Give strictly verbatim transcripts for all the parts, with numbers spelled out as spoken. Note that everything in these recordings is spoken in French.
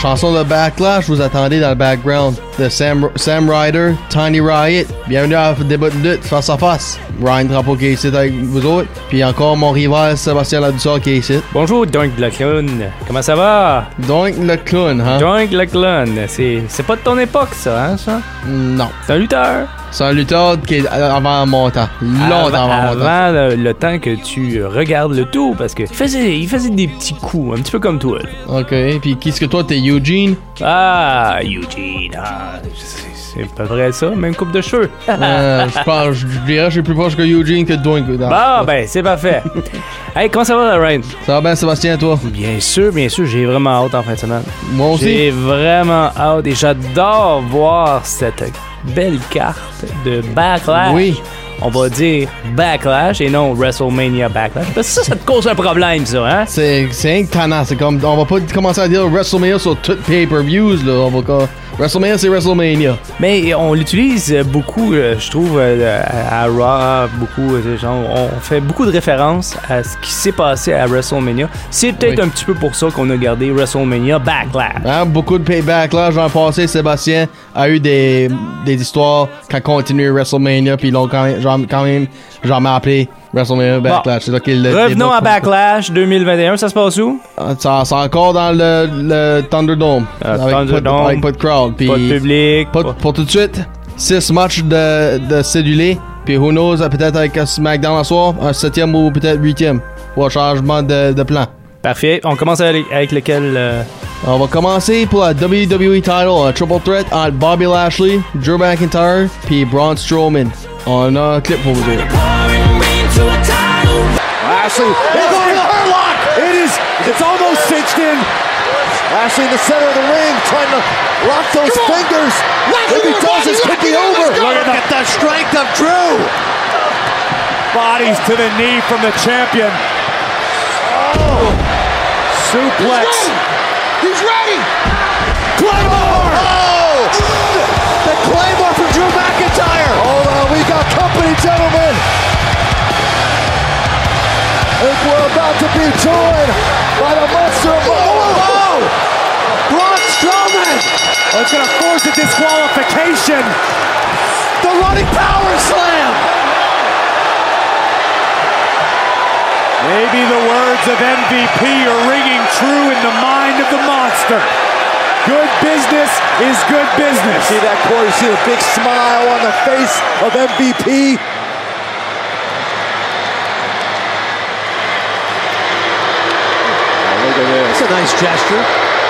chanson de Backlash, vous attendez dans le background de Sam, Sam Ryder, Tiny Riot. Bienvenue à débat de lutte face à face. Ryan Drapeau qui est ici avec vous autres. Puis encore mon rival Sébastien Ladussard qui est ici. Bonjour Doink le clown. Comment ça va? Doink le clown, hein? Doink le clown. C'est, c'est pas de ton époque, ça, hein, ça? Non. C'est un lutteur. C'est un lutteur qui est avant mon temps. Longtemps avant, avant mon temps. Avant le, le temps que tu regardes le tout, parce que il faisait, il faisait des petits coups, un petit peu comme toi. Là. Ok, puis qu'est-ce que toi, t'es Eugene? Ah, Eugene, ah, c'est, c'est à peu près ça, même coupe de cheveux. euh, je pense, je dirais que je suis plus proche que Eugene que Doink. Bah, ben, c'est parfait. Hey, comment ça va, Ryan? Ça va bien, Sébastien, toi? Bien sûr, bien sûr, j'ai vraiment hâte en fin de semaine. Moi aussi. J'ai vraiment hâte et j'adore voir cette belle carte de Backlash. Oui. On va dire Backlash et non WrestleMania Backlash. Parce que ça, ça te cause un problème, ça, hein? C'est, c'est incroyable. C'est comme, on va pas commencer à dire WrestleMania sur toutes pay-per-views, là. On va quoi? WrestleMania, c'est WrestleMania. Mais on l'utilise beaucoup, je trouve, à Raw, beaucoup, genre, on fait beaucoup de références à ce qui s'est passé à WrestleMania. C'est peut-être oui. un petit peu pour ça qu'on a gardé WrestleMania Backlash. Hein, beaucoup de pay Backlash dans le passé. Sébastien a eu des, des histoires qui ont continué WrestleMania, puis ils l'ont quand même, genre, quand même jamais appelé WrestleMania Backlash. Bon. C'est ça qu'il Revenons à Backlash deux mille vingt et un, ça se passe où? Ça, c'est encore dans le, le Thunderdome. Euh, avec, Thunderdome. Pas de, avec pas de crowd. Puis pas de public. Pas, pas. Pour tout de suite, six matchs de, de cédulés. Puis who knows, peut-être avec SmackDown à soir, un septième ou peut-être huitième. Pour un changement de, de plan. Parfait. On commence avec, avec lequel? Euh... On va commencer pour la W W E title, un triple threat entre Bobby Lashley, Drew McIntyre, puis Braun Strowman. On a un clip pour vous dire. Lashley, they're going to the hurt lock. It is, it's almost cinched in. Lashley in the center of the ring, trying to lock those fingers. If he does, this could be over. Look at the strength of Drew. Bodies to the knee from the champion. Oh, suplex. He's ready. Claymore. Oh, the Claymore from Drew McIntyre. Hold on, we got company, gentlemen. And we're about to be joined by the monster of oh, oh, Braun Strowman. Oh, it's going to force a disqualification. The running power slam. Maybe the words of M V P are ringing true in the mind of the monster. Good business is good business. See that, Corey? See the big smile on the face of M V P? Look at this. That's a nice gesture.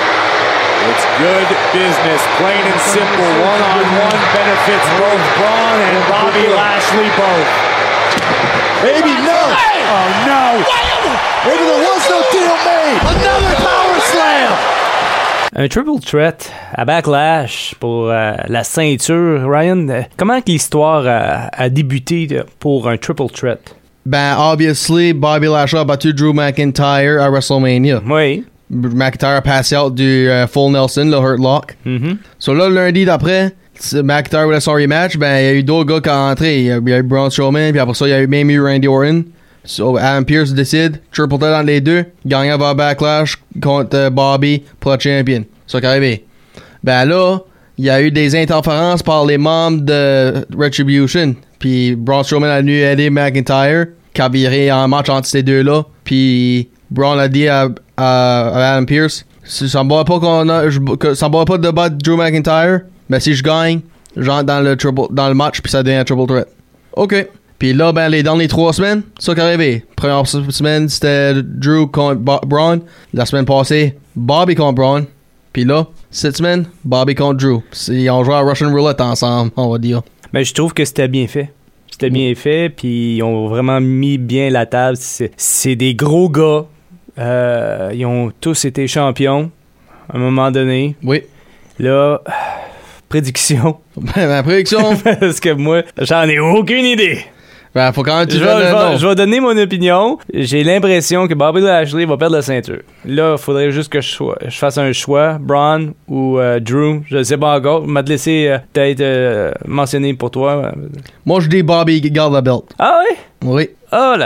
It's good business, plain and simple. One-on-one benefits both Braun and Bobby Lashley both. Maybe no. Oh, no. Maybe there was no deal made. Another power slam. Un triple threat à Backlash pour euh, la ceinture. Ryan, euh, comment que l'histoire a, a débuté de, pour un triple threat? Ben, obviously, Bobby Lashley a battu Drew McIntyre à WrestleMania. Oui. McIntyre a passé out du uh, Full Nelson, le Hurt Lock. Mm-hmm. So là, lundi d'après, McIntyre voulait son rematch, ben, il y a eu d'autres gars qui ont entré. Il y a, il y a eu Braun Strowman, puis après ça, il y a eu même eu Randy Orton. So, Adam Pearce décide, triple threat entre les deux, gagnant va Backlash contre uh, Bobby pour le champion. C'est ça qui est arrivé. Ben là, il y a eu des interférences par les membres de Retribution. Puis Braun Strowman a venu aider McIntyre, qui a viré un match entre ces deux-là. Puis Braun a dit à, à, à Adam Pearce, ça me va pas qu'on a, je, que, ça me va pas de battre Drew McIntyre, mais si je gagne, j'entre dans le triple, dans le match, puis ça devient un triple threat. OK. Puis là, ben, les dernières trois semaines, ça qui est arrivé. Première semaine, c'était Drew contre Bo- Braun. La semaine passée, Bobby contre Braun. Puis là, cette semaine, Bobby contre Drew. Ils ont joué à Russian Roulette ensemble, on va dire. Ben, je trouve que c'était bien fait. C'était bien fait, puis ils ont vraiment mis bien la table. C'est, c'est des gros gars. Euh, ils ont tous été champions à un moment donné. Oui. Là, prédiction. Ma prédiction? Parce que moi, j'en ai aucune idée. Ben, faut quand même tu je, vais, je, vais, je vais donner mon opinion. J'ai l'impression que Bobby Lashley va perdre la ceinture. Là, il faudrait juste que je, sois, je fasse un choix. Braun ou euh, Drew. Je ne sais pas encore. Je vais te laisser euh, peut-être euh, mentionner pour toi. Moi, je dis Bobby garde la belt. Ah oui? Oui. Oh là là.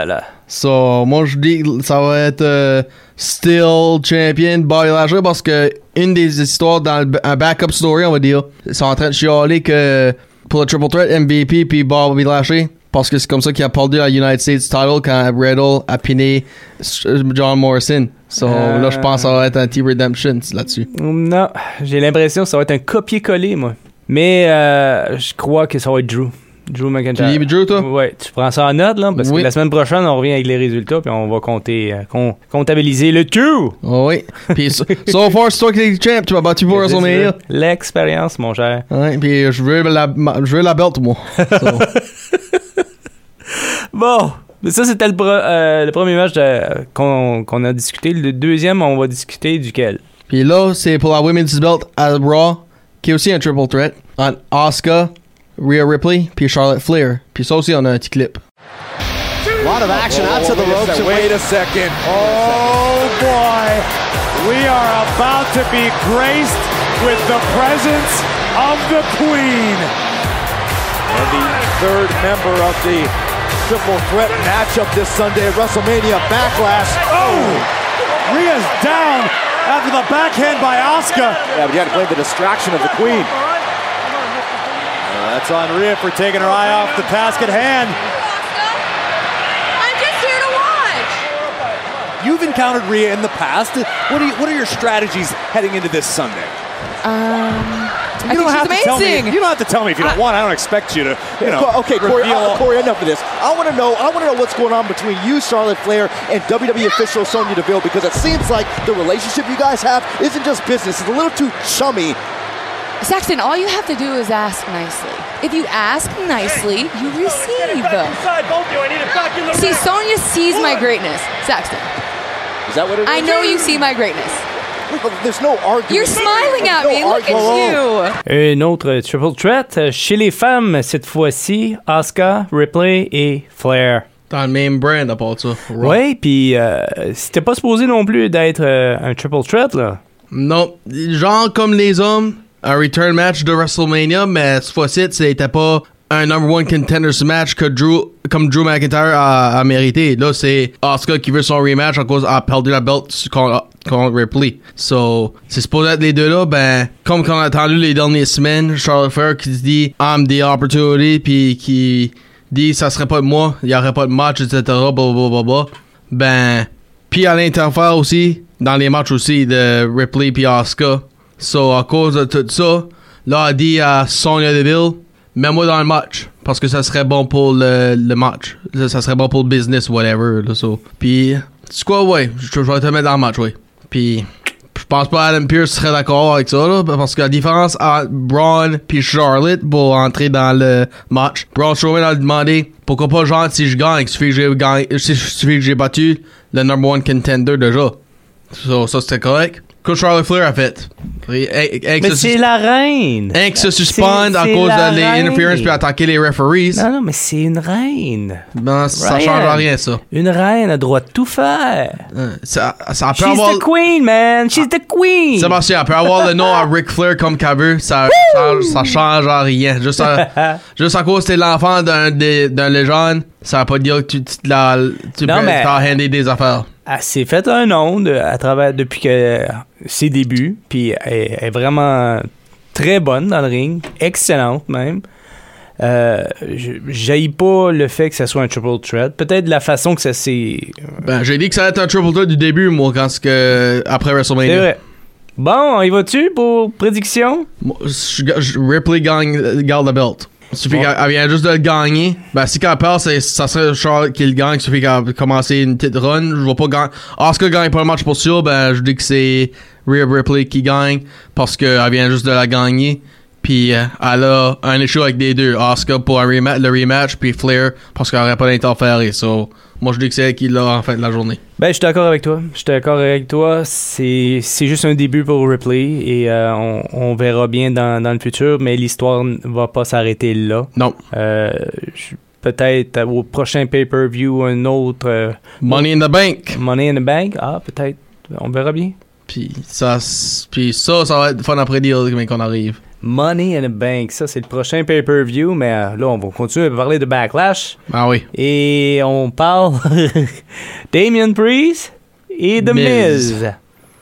So, moi, je dis que ça va être euh, still champion Bobby Lashley parce que une des histoires dans le, un backup story, on va dire, ils sont en train de chialer que pour le Triple Threat, M V P puis Bobby Lashley, parce que c'est comme ça qu'il a perdu la United States title quand Riddle a piné John Morrison. So, euh... là, je pense que ça va être un T-Redemption là-dessus. Non, j'ai l'impression que ça va être un copier-coller, moi. Mais euh, je crois que ça va être Drew. Drew McIntyre. Tu dis Drew, toi? Ouais, tu prends ça en note, là, parce oui. que la semaine prochaine, on revient avec les résultats, puis on va compter, euh, com- comptabiliser le tout. Oh oui. Puis, so, so far, c'est toi qui es champ, tu m'as battu pour WrestleMania. L'expérience, mon cher. Ouais, puis je veux la, je veux la belt, moi. So. Bon, ça, c'était le, pro- euh, le premier match de, qu'on, qu'on a discuté. Le deuxième, on va discuter duquel? Puis là, c'est pour la Women's Belt à Raw, qui est aussi un triple threat, entre Asuka, Rhea Ripley, puis Charlotte Flair. Puis ça aussi, on a un petit clip. A lot of action out to the ropes. Wait a second. Oh, boy. We are about to be graced with the presence of the Queen. And the third member of the triple threat matchup this Sunday at WrestleMania Backlash. Oh! Rhea's down after the backhand by Asuka. Yeah, but you had to blame the distraction of the Queen. Uh, that's on Rhea for taking her eye off the task at hand. I'm just here to watch. You've encountered Rhea in the past. What are you, what are your strategies heading into this Sunday? Um, You I don't think have she's to amazing. tell me. You don't have to tell me if you don't I, want. I don't expect you to, you know. Okay, Corey, reveal. uh, Corey, enough of this. I want to know. I want to know what's going on between you, Charlotte Flair, and W W E official Sonya Deville, because it seems like the relationship you guys have isn't just business. It's a little too chummy. Saxton, all you have to do is ask nicely. If you ask nicely, you receive. See, Sonya sees my greatness, Saxton. Is that what it is? I know you see my greatness. There's no argument. You're smiling at no me. Look at argument. you. Un autre triple threat chez les femmes, cette fois-ci, Asuka, Ripley et Flair. Dans le même brand, à part ça. Ouais, puis euh, c'était pas supposé non plus d'être euh, un triple threat, là. Non, genre comme les hommes, un return match de WrestleMania, mais cette fois-ci, c'était pas un number one contenders match que Drew, comme Drew McIntyre a, a mérité. Là, c'est Asuka qui veut son rematch à cause a perdu la belt contre, contre Ripley. So, c'est supposé être les deux là, ben, comme qu'on a entendu les dernières semaines, Charlotte Flair qui se dit I'm the opportunity, puis qui dit ça serait pas de moi, il y aurait pas de match, et cetera. Blablabla. Ben, puis elle interfère aussi dans les matchs aussi de Ripley puis Asuka. So, à cause de tout ça, là, elle dit à Sonya Deville, mets-moi dans le match, parce que ça serait bon pour le, le match. Ça serait bon pour le business, whatever. Là, so. Puis, c'est quoi, ouais, je, je vais te mettre dans le match, ouais. Puis, je pense pas Adam Pearce serait d'accord avec ça, là, parce que la différence entre Braun puis Charlotte pour entrer dans le match, Braun Strowman a demandé, pourquoi pas, genre, si je gagne, il suffit que j'ai gagné, il suffit que j'ai battu le number one contender déjà. So, ça, c'était correct. Que Charlotte Flair a fait. Et, et, et mais c'est la reine! Hank se suspend à cause de l'interference puis attaquer les referees. Non, non, mais c'est une reine. Ben, ça Ryan. Change rien, ça. Une reine a droit de tout faire. Euh, ça, ça peut She's avoir... the queen, man! She's the queen! Sébastien, elle peut avoir le nom à Ric Flair comme qu'elle veut. Ça, ça, ça change rien. Juste à, juste à cause que t'es l'enfant d'un, d'un légende, ça veut pas dire que tu, tu, la, tu non, peux mais... handler des affaires. Elle s'est fait un nom de, à travers depuis que ses débuts, puis elle, elle est vraiment très bonne dans le ring, excellente même. Euh, j'haïs pas le fait que ça soit un triple threat. Peut-être la façon que ça s'est. Ben, j'ai dit que ça allait être un triple threat du début, moi, quand c'est que après WrestleMania. C'est vrai. Bon, on y va-tu pour prédiction? Moi, je, je, Ripley gagne, garde la belt. Il suffit bon. qu'elle vient juste de le gagner. Ben, si qu'elle perd, ça serait Charlotte qui le gagne. Il suffit qu'elle a commencé une petite run. Je vois pas gagner. Asuka gagne pas le match pour sûr. Ben, je dis que c'est Rhea Ripley qui gagne parce qu'elle vient juste de la gagner. Puis, euh, elle a un issue avec les deux. Asuka pour un rematch, le rematch, puis Flair parce qu'elle n'aurait pas d'interféré. So, moi, je dis que c'est elle qui l'a en fin de la journée. Ben, je suis d'accord avec toi. Je suis d'accord avec toi. C'est, c'est juste un début pour Ripley et euh, on, on verra bien dans, dans le futur, mais l'histoire ne va pas s'arrêter là. Non. Euh, je, peut-être au prochain pay-per-view, un autre... Euh, Money in the Bank. Money in the Bank. Ah, peut-être. On verra bien. Puis ça, puis ça, ça va être fun à prédire quand on arrive. Money in the Bank. Ça, c'est le prochain pay-per-view, mais euh, là, on va continuer à parler de Backlash. Ah oui. Et on parle Damien Priest et The Miz. Miz.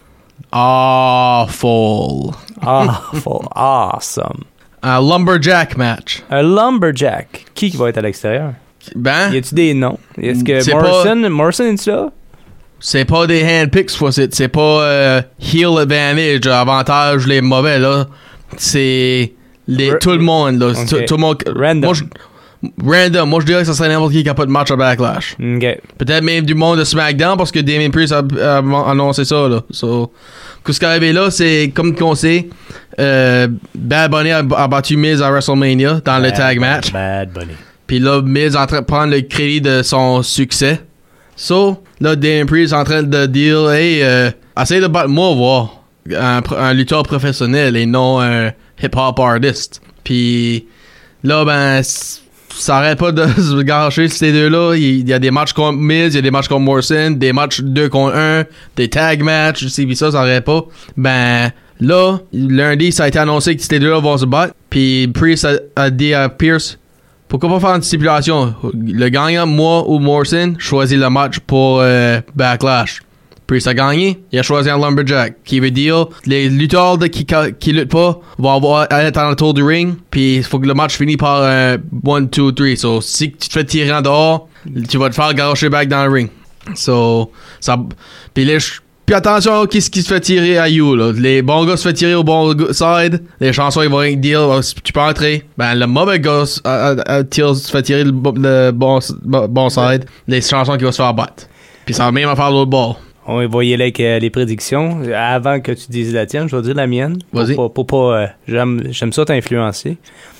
Awful. Awful. Awesome. Un lumberjack match. Un lumberjack. Qui qui va être à l'extérieur? Ben, Y a-tu des noms? Est-ce que C'est Morrison, Morrison est là? c'est pas des handpicks, fois, c'est, c'est pas euh, heel advantage, avantage les mauvais, là. C'est les, R- tout le monde, là. Ok. Tout, tout le monde. Random. Moi, je, random. Moi, je dirais que ça serait n'importe qui qui a pas de match à Backlash. OK. Peut-être même du monde de SmackDown parce que Damien Priest a, a annoncé ça, là. So, ce qui est arrivé là, c'est comme qu'on sait, euh, Bad Bunny a, a battu Miz à WrestleMania dans le tag match. Bad Bunny. Puis là, Miz est en train de prendre le crédit de son succès. So, là, Damien Priest est en train de dire, hey, euh, essaye de battre moi, voir. Un, un lutteur professionnel et non un hip-hop artist. Puis là, ben, c- ça arrête pas de se gâcher ces deux-là. Il y a des matchs contre Miz, il y a des matchs contre Morrison, des matchs deux contre un, des tag matchs, si pis ça, ça arrête pas. Ben, là, lundi, ça a été annoncé que ces deux-là vont se battre. Puis Priest a, a dit à Pierce, pourquoi pas faire une stipulation? Le gagnant, moi ou Morrison, choisit le match pour euh, Backlash. Priest a gagné, il a choisi un Lumberjack. Qui veut dire, les lutteurs de qui, qui luttent pas vont avoir à être dans le tour du ring, puis il faut que le match finisse par un one, two, three. So, si tu te fais tirer en dehors, tu vas te faire garocher back dans le ring. So, ça. Puis là, je- puis attention, qui ce qui se fait tirer à you, là. Les bons gars se fait tirer au bon go- side, les chansons, ils vont rien dire, oh, si tu peux entrer. Ben, le mauvais gars se euh, euh, tire- se fait tirer le, bo- le bon, bon side, les chansons qui vont se faire battre. Puis ça va même faire l'autre bord. On va y aller avec euh, les prédictions. Avant que tu dises la tienne, je vais dire la mienne. Pour Vas-y. pas- Pour, pas... euh, j'aime, j'aime ça t'influencer.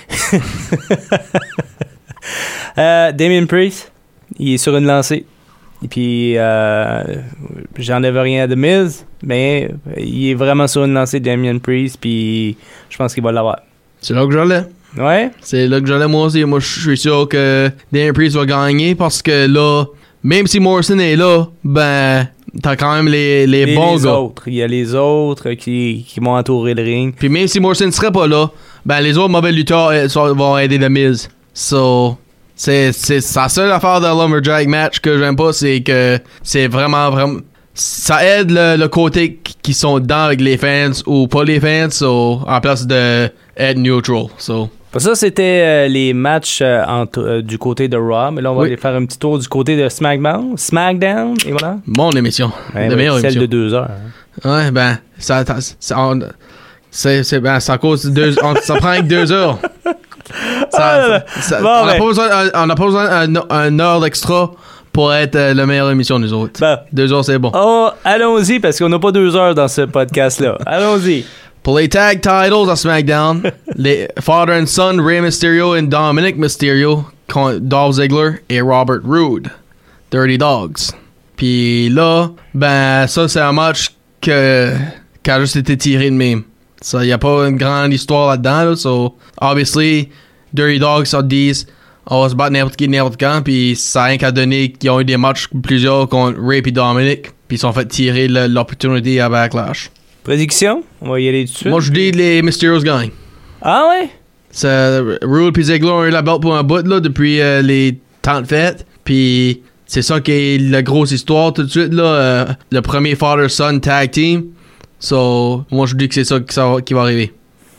euh, Damien Priest, il est sur une lancée. Et puis, euh, j'enlève rien à The Miz, mais il est vraiment sur une lancée, Damien Priest, puis je pense qu'il va l'avoir. C'est là que j'allais. Ouais? C'est là que j'allais moi aussi. Moi, je suis sûr que Damien Priest va gagner parce que là, même si Morrison est là, ben, t'as quand même les, les, Et bons les gars. autres. Il y a les autres qui, qui vont entourer le ring. Puis même si Morrison serait pas là, ben, les autres mauvais lutteurs euh, sont- vont aider The Miz. So, c'est, c'est sa seule affaire de Lumberjack match que j'aime pas, c'est que c'est vraiment, vraiment. Ça aide le, le côté qui qui sont dedans avec les fans ou pas les fans, so, en place de être neutral. So. Pour ça, c'était euh, les matchs euh, entre, euh, du côté de Raw. Mais là, on va Oui. aller faire un petit tour du côté de SmackDown. SmackDown, et voilà. Mon émission. Ouais, la ouais, meilleure celle émission. de deux heures. hein. Ouais, ben, ça, ça, ça, on- c'est, c'est, ben, ça cause deux, on- ça prend que deux heures. Ça, Ah, ça- ça- bon, on n'a ben. pas besoin, on n'a pas besoin d'un un heure d'extra pour être euh, la meilleure émission, nous autres. Bon. Deux heures, c'est bon. Oh, allons-y, parce qu'on n'a pas deux heures dans ce podcast-là. Allons-y. Pour les tag titles à SmackDown, les Father and Son, Rey Mysterio et Dominic Mysterio contre Dolph Ziggler et Robert Roode, Dirty Dogs. Puis là, ben, ça, c'est un match que, qui a juste été tiré de même. Ça, y a pas une grande histoire là-dedans, là. So, obviously, Dirty Dogs sont dix. On va se battre n'importe qui, n'importe quand. Puis ça a rien qu'à donner qu'ils ont eu des matchs plusieurs contre Ray et Dominic. Puis ils sont fait tirer le- l'opportunité à Backlash. Prédiction? On va y aller tout de suite. Moi, je dis les Mysterios gagnent. Ah ouais? Ça, Rude et Ziggler ont eu la belt pour un bout là, depuis euh, les temps de fête. Puis c'est ça qui est la grosse histoire tout de suite. Là, euh, le premier Father-Son Tag Team. So, moi, je dis que c'est ça qui, ça va- qui va arriver.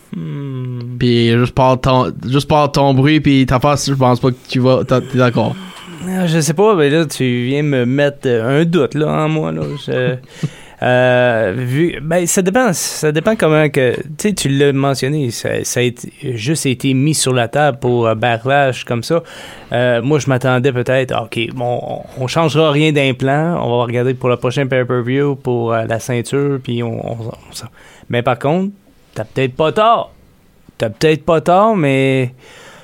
Hmm. Puis juste par ton, juste par ton bruit puis ta face, je pense pas que tu vas, t'es t'es d'accord. Ah, Je sais pas, mais là, tu viens me mettre euh, un doute là, en moi. Là. Je- euh, vu, ben, ça dépend. Ça dépend comment que. Tu sais, tu l'as mentionné, ça, ça a été, juste été mis sur la table pour euh, Backlash comme ça. Euh, moi, je m'attendais peut-être, OK, bon, on, on changera rien d'implant. On va regarder pour le prochain pay-per-view pour euh, la ceinture. Puis on, on, on s'en- Mais par contre, t'as peut-être pas tort. T'as peut-être pas tort, mais.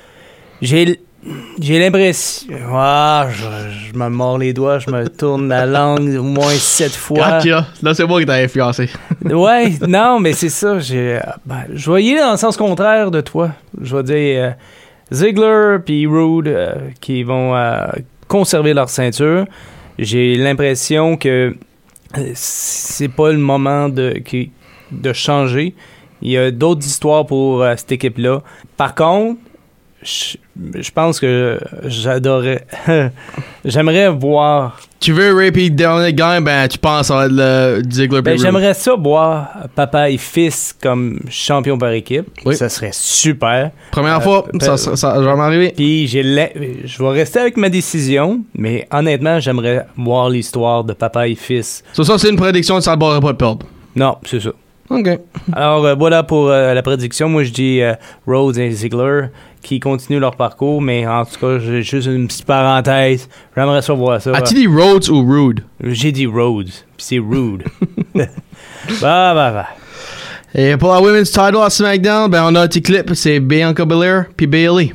J'ai. J'ai l'impression. Ah, je, je me mords les doigts, je me tourne la langue au moins sept fois. Gotcha. Là, c'est moi qui t'ai influencé. Ouais, non, mais c'est ça. J'ai, ben, je vais y aller dans le sens contraire de toi. Je vais dire euh, Ziggler puis Rude euh, qui vont euh, conserver leur ceinture. J'ai l'impression que euh, c'est pas le moment de, qui- de changer. Il y a d'autres histoires pour euh, cette équipe-là. Par contre, je, je pense que j'adorerais... j'aimerais voir... Tu veux Ray puis Dominic gagner, ben tu penses à le Ziggler. Ben, j'aimerais ça voir papa et fils comme champion par équipe. Oui. Ça serait super. Première euh, fois, ben, ça, ça, ça va m'arriver. Puis j'ai la... je vais rester avec ma décision, mais honnêtement, j'aimerais voir l'histoire de papa et fils. So, ça, c'est une prédiction, ça ne barrerait pas de perdre. Non, c'est ça. OK. Alors euh, voilà pour euh, la prédiction. Moi je dis euh, Rhodes et Ziggler qui continuent leur parcours, mais en tout cas j'ai juste une petite parenthèse. J'aimerais ça voir ça. As-tu dit Rhodes ou Rude? J'ai dit Rhodes, puis c'est rude. bah bah bah. Et pour la Women's Title à SmackDown, ben on a un petit clip, c'est Bianca Belair puis Bayley.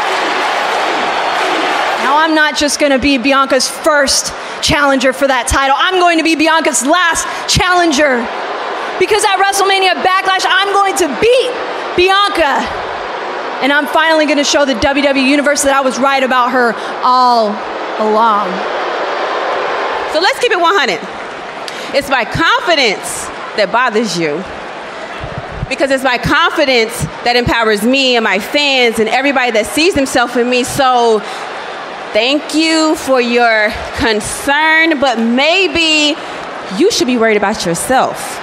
Now I'm not just going to be Bianca's first challenger for that title. I'm going to be Bianca's last challenger. Because at WrestleMania Backlash, I'm going to beat Bianca. And I'm finally going to show the W W E Universe that I was right about her all along. So let's keep it one hundred. It's my confidence that bothers you. Because it's my confidence that empowers me and my fans and everybody that sees themselves in me. So thank you for your concern, but maybe you should be worried about yourself.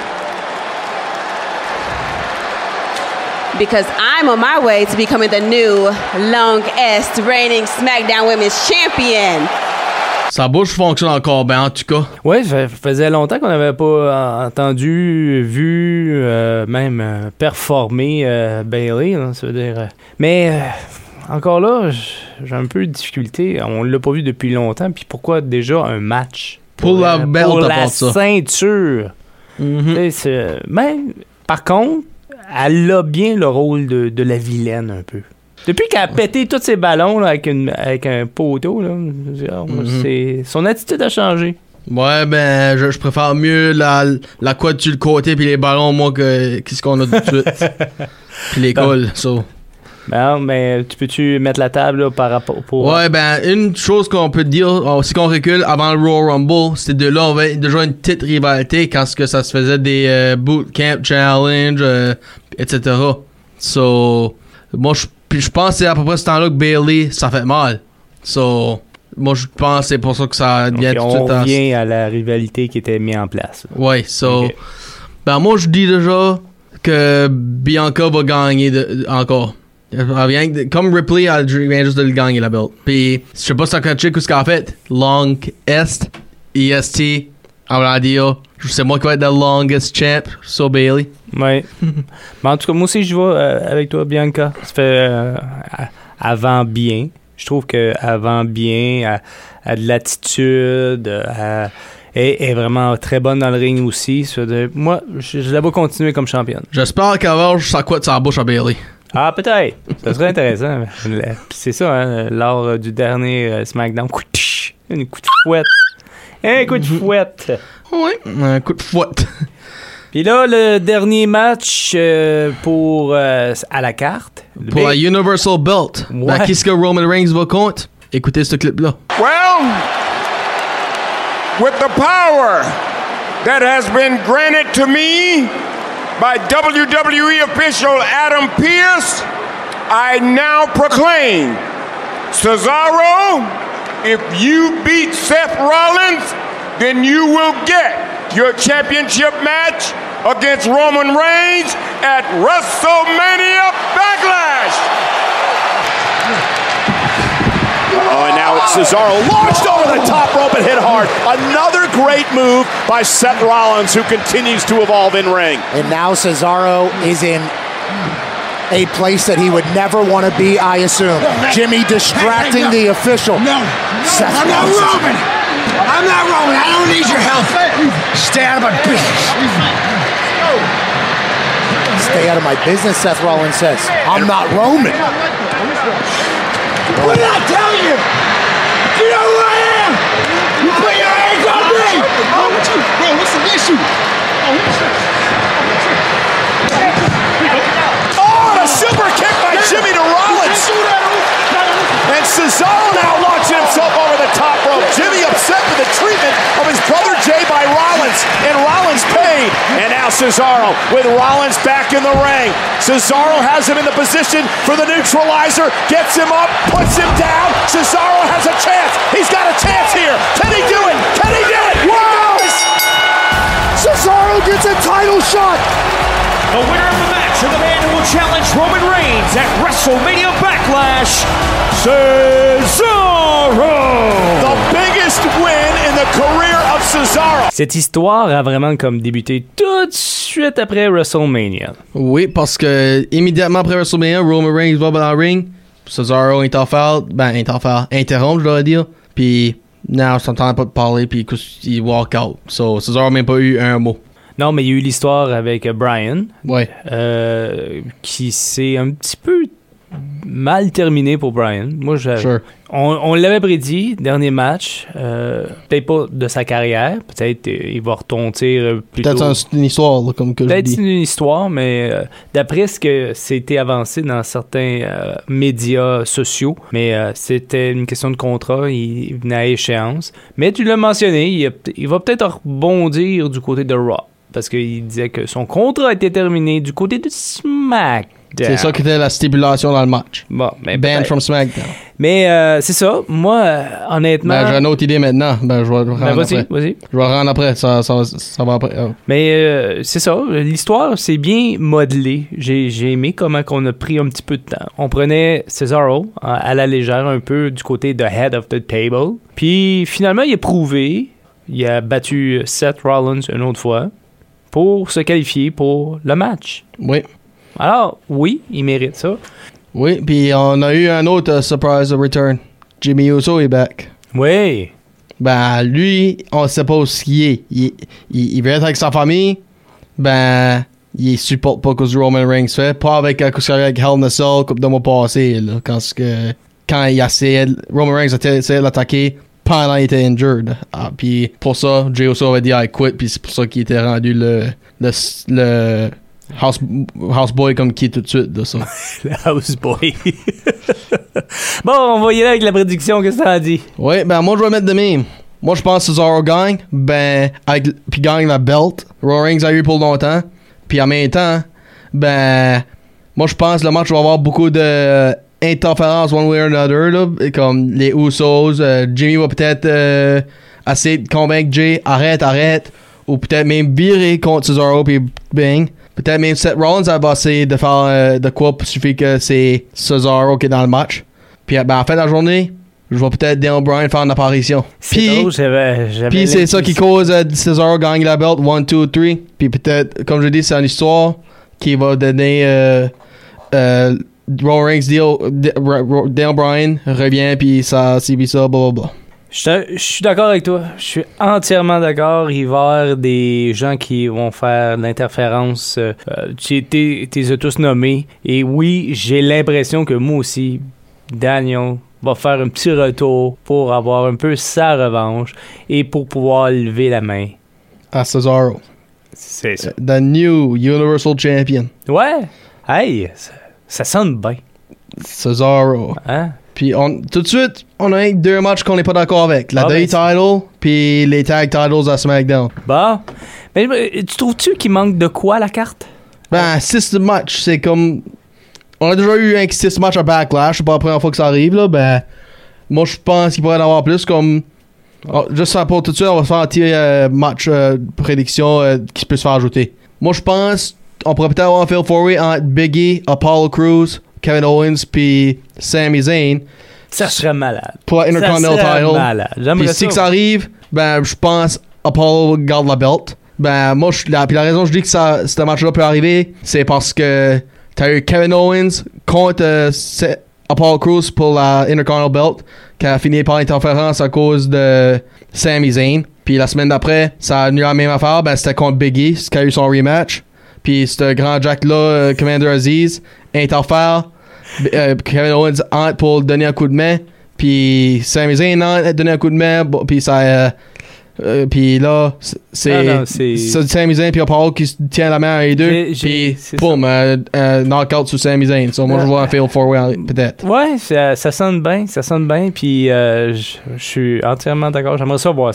Because I'm on my way to becoming the new longest reigning SmackDown Women's Champion. Sa bouche fonctionne encore bien, en tout cas. Ouais, ça faisait longtemps qu'on n'avait pas entendu, vu, euh, même euh, performer euh, Bayley, hein, ça veut dire. Euh, mais euh, encore là, j'ai un peu de difficulté. On l'a pas vu depuis longtemps. Puis pourquoi déjà un match pour, pour la euh, belt, pour la ça. ceinture. Mm-hmm. C'est, mais par contre, elle a bien le rôle de, de la vilaine un peu. Depuis qu'elle a pété tous ses ballons là, avec, une, avec un poteau, là, mm-hmm. c'est, son attitude a changé. Ouais, ben, je, je préfère mieux la, la quad sur le côté puis les ballons, moi, que qu'est-ce qu'on a tout de suite. Puis les cols, so. Ben, mais tu peux-tu mettre la table là, par rapport pour... Ouais, ben, une chose qu'on peut dire, si qu'on recule avant le Royal Rumble, c'est de là, on avait déjà une petite rivalité quand que ça se faisait des euh, Bootcamp Challenge, euh, et cetera. So, moi, je je pense que c'est à peu près ce temps-là que Bayley, ça fait mal. So, moi, je pense que c'est pour ça que ça vient okay, tout de suite. On revient à la rivalité qui était mise en place. Là. Ouais, so, okay. ben, moi, je dis déjà que Bianca va gagner de, de, encore. Comme Ripley, elle vient juste de le gagner, la belt. Puis, je sais pas si t'as catché ce qu'elle a fait. Long Est, E S T, en radio. C'est moi qui vais être the longest champ, so Bayley. Ouais. Mais en tout cas, moi aussi, je vais euh, avec toi, Bianca. Ça fait euh, avant bien. Je trouve qu'elle vend bien, elle a de l'attitude, elle est vraiment très bonne dans le ring aussi. Moi, je, je la vois continuer comme championne. J'espère qu'elle va ça quoi de sa bouche à Bayley. Ah, peut-être. Ça serait intéressant. C'est ça, hein, lors du dernier SmackDown. Un coup de fouette. Un coup de fouette. Oui, un coup de fouette. Puis là, le dernier match euh, pour euh, à la carte. Pour big... la Universal Belt. Ouais. Ben, qu'est-ce que Roman Reigns va contre? Écoutez ce clip-là. Well, with the power that has been granted to me by W W E official Adam Pearce, I now proclaim, Cesaro, if you beat Seth Rollins, then you will get your championship match against Roman Reigns at WrestleMania Backlash. Oh, and now Cesaro launched over the top rope and hit hard. Another great move by Seth Rollins, who continues to evolve in ring. And now Cesaro is in a place that he would never want to be, I assume. Jimmy distracting hey, hey, no. the official. No, Seth I'm not Roman. I'm not Roman. I don't need your help. Stay out of my business. Stay out of my business, Seth Rollins says. I'm not Roman. What did I tell you? You know who I am? You put your hands on me! Oh, what you? Bro, what's the issue? Oh, oh, a super kick by Jimmy to Rollins. And Cesaro now launching himself over the top rope. Jimmy upset with the treatment of his brother Jay by Rollins. And Rollins paid. And now Cesaro with Rollins back in the ring. Cesaro has him in the position for the neutralizer, gets him up, puts him down. Cesaro has a chance. He's got a chance here. Can he do it? Can he do it? Wow! Cesaro gets a title shot. The winner of the match and the man who will challenge Roman Reigns at WrestleMania Backlash, Cesaro! The biggest win in the career of Cesaro. Cette histoire a vraiment comme débuté tout de suite après WrestleMania. Oui, parce que immédiatement après WrestleMania, Roman Reigns va dans le ring, Cesaro interfère, ben interfère, interrompt, je dois dire, puis non, je t'entends pas de parler, puis il walk out. So, Cesaro n'a même pas eu un mot. Non, mais il y a eu l'histoire avec Brian, ouais. euh, qui s'est un petit peu mal terminé pour Brian. Moi, je, sure. on, on l'avait prédit, dernier match, euh, peut-être pas de sa carrière, peut-être euh, il va retomber plutôt... Peut-être c'est une histoire, là, comme que peut-être je dis. c'est une histoire, mais euh, d'après ce que c'était avancé dans certains euh, médias sociaux, mais euh, c'était une question de contrat, il venait à échéance. Mais tu l'as mentionné, il, a, il va peut-être rebondir du côté de Raw. Parce qu'il disait que son contrat était terminé du côté de SmackDown. C'est ça qui était la stipulation dans le match. Bon, mais Banned from SmackDown. Mais euh, c'est ça. Moi, euh, honnêtement... Ben, j'ai une autre idée maintenant. Ben, je vais le rendre ben, vas-y, après. Vas-y. Je vais le rendre après. Ça, ça, ça va après. Oh. Mais euh, c'est ça. L'histoire, c'est bien modelé. J'ai, j'ai aimé comment on a pris un petit peu de temps. On prenait Cesaro à, à la légère, un peu du côté de Head of the Table. Puis finalement, il est prouvé. Il a battu Seth Rollins une autre fois pour se qualifier pour le match. Oui. Alors, oui, il mérite ça. Oui, puis on a eu un autre uh, surprise return. Jimmy Uso est back. Oui. Ben, lui, on sait pas où il est. Il, il, il veut être avec sa famille. Ben, il supporte pas ce que Roman Reigns fait. Pas avec uh, ce qu'il y a avec Hell in a Cell, comme de mois passé, là, quand, que, quand il essayait, Roman Reigns a essayé de l'attaquer pendant qu'il était injured. Ah, puis pour ça, Jey Uso avait dit I quit, puis c'est pour ça qu'il était rendu le, le, le house, houseboy comme qui est tout de suite. Là, ça. Le houseboy. Bon, on va y aller avec la prédiction, qu'est-ce que ça a dit? Oui, ben moi je vais mettre de même. Moi je pense que Cesaro gagne, ben, avec, puis gagne la belt. Roman Reigns a eu pour longtemps. Puis en même temps, ben, moi je pense que le match va avoir beaucoup de interférence one way or another, là, comme les Usos. Euh, Jimmy va peut-être euh, essayer de convaincre Jay, arrête, arrête, ou peut-être même virer contre Cesaro puis bang. Peut-être même Seth Rollins va essayer de faire euh, de quoi, il suffit que c'est Cesaro qui est dans le match. Puis ben, en fin de la journée, je vais peut-être Daniel Bryan faire une apparition. Puis puis c'est ça qui cause euh, Cesaro gagner la belt one, two, three. Puis peut-être, comme je dis, c'est une histoire qui va donner euh, euh, Roman Reigns deal, Daniel Bryan revient, puis ça, c'est puis ça, blablabla. Je, je suis d'accord avec toi. Je suis entièrement d'accord. Il va y avoir des gens qui vont faire de l'interférence. Euh, tu les as tous nommés. Et oui, j'ai l'impression que moi aussi, Daniel va faire un petit retour pour avoir un peu sa revanche et pour pouvoir lever la main à Cesaro. C'est ça. The new Universal Champion. Ouais. Hey, ça, ça sonne bien. Cesaro. Hein? Puis on, tout de suite, on a deux matchs qu'on n'est pas d'accord avec. La ah, W ben, title, puis les tag titles à SmackDown. Bon. Mais tu trouves-tu qu'il manque de quoi, la carte? Ben, six matchs, c'est comme... On a déjà eu un six matchs à Backlash, c'est pas la première fois que ça arrive, là. Ben, moi, je pense qu'il pourrait en avoir plus, comme... Oh, juste pour tout de suite, on va faire un petit euh, match euh, prédiction euh, qui peut se faire ajouter. Moi, je pense on pourrait peut-être avoir un Fatal four-way entre Biggie, Apollo Crews, Kevin Owens puis Sami Zayn. Ça serait malade. Pour Intercontinental ça serait title. Malade. Puis si que ça arrive, ben je pense Apollo garde la belt. Ben moi, je, la, puis la raison que je dis que ça, ce match-là peut arriver, c'est parce que t'as eu Kevin Owens contre euh, Apollo Crews pour la Intercontinental belt, qui a fini par interférence à cause de Sami Zayn. Puis la semaine d'après, ça a eu la même affaire, ben c'était contre Biggie, qui a eu son rematch. Puis ce grand Jack-là, euh, Commander Aziz, interfère. Euh, Kevin Owens entre pour donner un coup de main. Puis Sami Zayn entre donner un coup de main. Bon, puis ça. Euh, euh, puis là, c'est, ah non, c'est... c'est Sami Zayn puis Apollo qui tient la main à les deux. Puis boum, euh, euh, knockout sur Sami Zayn. So, moi, je vois un Fatal four-way peut-être. Ouais, ça, ça sonne bien. Ça sonne bien. Puis euh, je suis entièrement d'accord. J'aimerais ça voir ça.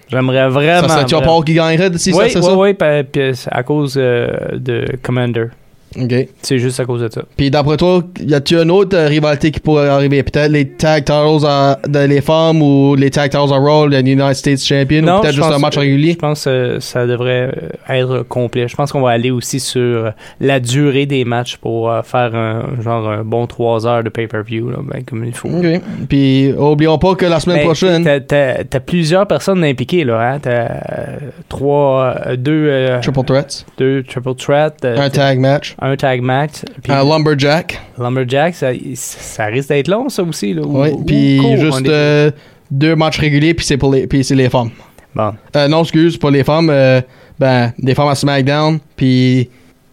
J'aimerais vraiment. Ça serait-tu vraiment... Paul qui gagnerait si oui, ça serait oui, ça? Oui, oui, puis à cause euh, de Commander. OK. C'est juste à cause de ça. Puis d'après toi, y a-tu une autre euh, rivalité qui pourrait arriver? Peut-être les tag titles à, de les femmes ou les tag titles à Raw, le United States Champion, Non, ou peut-être je juste pense- un match régulier? Je pense que ça devrait être complet. Je pense qu'on va aller aussi sur la durée des matchs pour euh, faire un genre un bon trois heures de pay-per-view, là, ben, comme il faut. OK. Puis oublions pas que la semaine Mais prochaine... T'as, t'as, t'as plusieurs personnes impliquées, là. Hein? T'as euh, trois, euh, deux... euh, Triple threats. Deux triple threats. euh, Un tag match. Un tag match. Puis Un lumberjack. Lumberjack, ça, ça risque d'être long, ça aussi. Là, ou- Oui. ou Puis court, on juste est- euh, deux matchs réguliers, puis c'est pour les, puis c'est les femmes. Bon. Euh, non, excuse, pas les femmes. Euh, ben, des femmes à SmackDown, puis...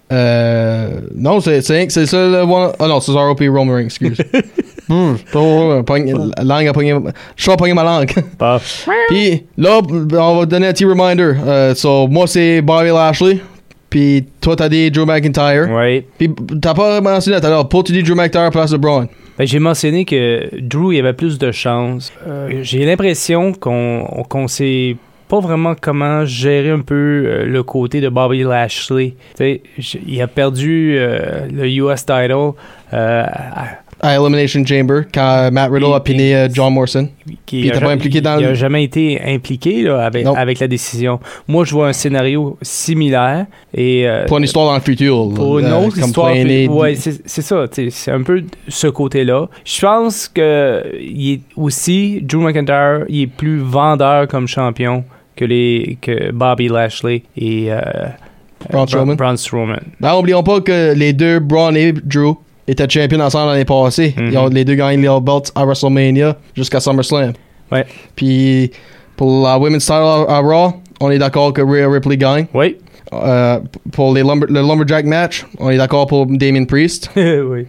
Euh, non, c'est c'est c'est ça le one. Ah non, Cesaro puis Roman Reigns, excuse. Hum, pas- pogne- la langue a pogné. Je suis pogné ma langue. Bah. Puis là, on va donner un petit reminder. Euh, so, moi, c'est Bobby Lashley. Puis toi, t'as dit Drew McIntyre. Oui. Puis t'as pas mentionné tout à l'heure. Pour tu dis Drew McIntyre place de Braun. Ben, j'ai mentionné que Drew il avait plus de chance. Euh, j'ai l'impression qu'on qu'on sait pas vraiment comment gérer un peu euh, le côté de Bobby Lashley. Tu sais, j- il a perdu euh, le U S title euh, à- À Elimination Chamber, quand Matt Riddle a piné euh, John Morrison. qui Puis il a était pas ja- impliqué dans il le. a jamais été impliqué là, avec, Non. avec la décision. Moi, je vois un scénario similaire et euh, Pour une histoire dans le futur. pour une euh, autre comme histoire. plané- Ouais, c'est c'est ça. tu sais, C'est un peu ce côté-là. Je pense que il est aussi Drew McIntyre, il est plus vendeur comme champion que les que Bobby Lashley et euh, Braun euh, Strowman. Braun Strowman. Ben, oublions pas que les deux, Braun et Drew, étaient champions ensemble l'année passée. Mhm. Ils ont les deux gagné les belts à WrestleMania jusqu'à SummerSlam. Ouais. Puis pour la Women's title à, à Raw, on est d'accord que Rhea Ripley gagne. Oui. Euh, pour les lumber, le Lumberjack match, on est d'accord pour Damien Priest. oui.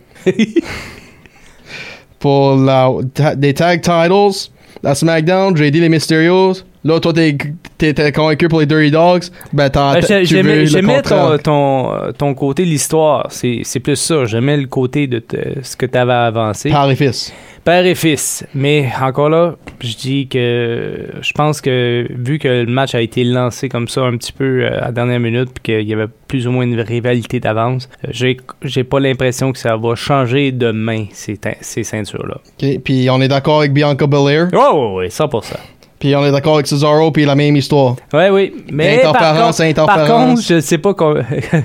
Pour la, ta, des tag titles, la SmackDown, j'ai dit les Mysterios. Là, toi, t'es, t'es, t'es convaincu pour les Dirty Dogs. Ben, t'as, Ben, t'as- j'ai- tu veux J'aimais le j'aimais ton, contraire. ton, euh, ton côté l'histoire. C'est c'est plus ça. J'aimais le côté de te- ce que tu avais avancé. Père et fils. Père et fils. Mais encore là, je dis que je pense que vu que le match a été lancé comme ça un petit peu euh, à la dernière minute puis qu'il y avait plus ou moins une rivalité d'avance, euh, j'ai j'ai pas l'impression que ça va changer demain, ces, tein- ces ceintures-là. OK. Puis on est d'accord avec Bianca Belair. Oh, oui, oui, cent pour cent. Puis on est d'accord avec Cesaro, puis la même histoire. Oui, oui. Mais par Interférence, contre, par interférence. contre, je sais pas com-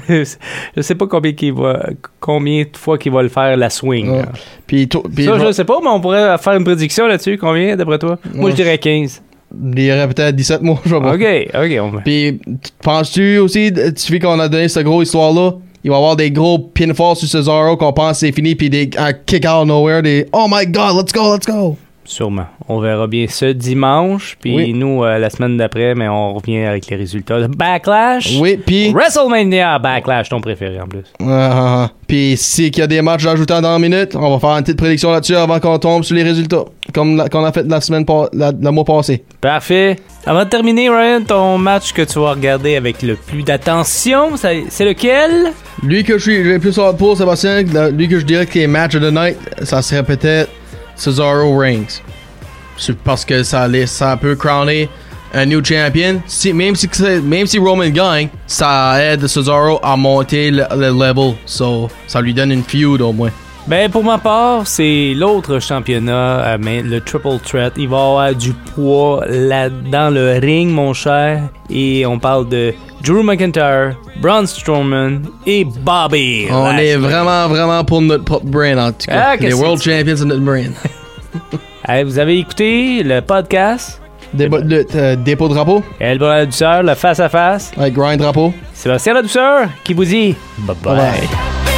je sais pas combien qu'il va combien de fois qu'il va le faire la swing. Ouais. là. Puis, to- puis Ça, je- je sais pas, mais on pourrait faire une prédiction là-dessus. Combien, d'après toi? Moi, Ouais. je dirais quinze. il y aurait peut-être dix-sept mois, je sais pas. OK, OK. On... Puis, t- penses-tu aussi, tu sais qu'on a donné cette grosse histoire-là, il va y avoir des gros pinfalls sur Cesaro qu'on pense c'est fini, puis des un kick out of nowhere, des oh my god, let's go, let's go. Sûrement. On verra bien ce dimanche. Puis Oui. nous, euh, la semaine d'après, mais on revient avec les résultats de Backlash. Oui, puis. WrestleMania Backlash, ton préféré en plus. Ah, ah, ah. Puis, si qu'il y a des matchs d'ajouter dans une minute, on va faire une petite prédiction là-dessus avant qu'on tombe sur les résultats, comme la- qu'on a fait la semaine, pa- la- le mois passé. Parfait. Avant de terminer, Ryan, ton match que tu vas regarder avec le plus d'attention, ça- c'est lequel? Lui que je suis, j'ai plus hâte pour, Sébastien, la- lui que je dirais que les matchs of the night, ça serait peut-être Cesaro Reigns. C'est parce que ça, laisse- ça peut crowner un new champion. Si, même, si, même si Roman gagne, ça aide Cesaro à monter le, le level. So, ça lui donne une feud au moins. Ben, pour ma part, c'est l'autre championnat, euh, mais le Triple Threat. Il va y avoir du poids là dans le ring, mon cher. Et on parle de Drew McIntyre, Braun Strowman et Bobby. On Lashley. est vraiment, vraiment pour notre propre brand en tout cas. Ah, les qu'est-ce World que tu- Champions de notre brand. Hey, vous avez écouté le podcast Débat de lutte, euh, dépôt de drapeau Elba la douceur, le face-à-face. avec Grind drapeau. Sébastien la douceur qui vous dit bye bye. Bye bye.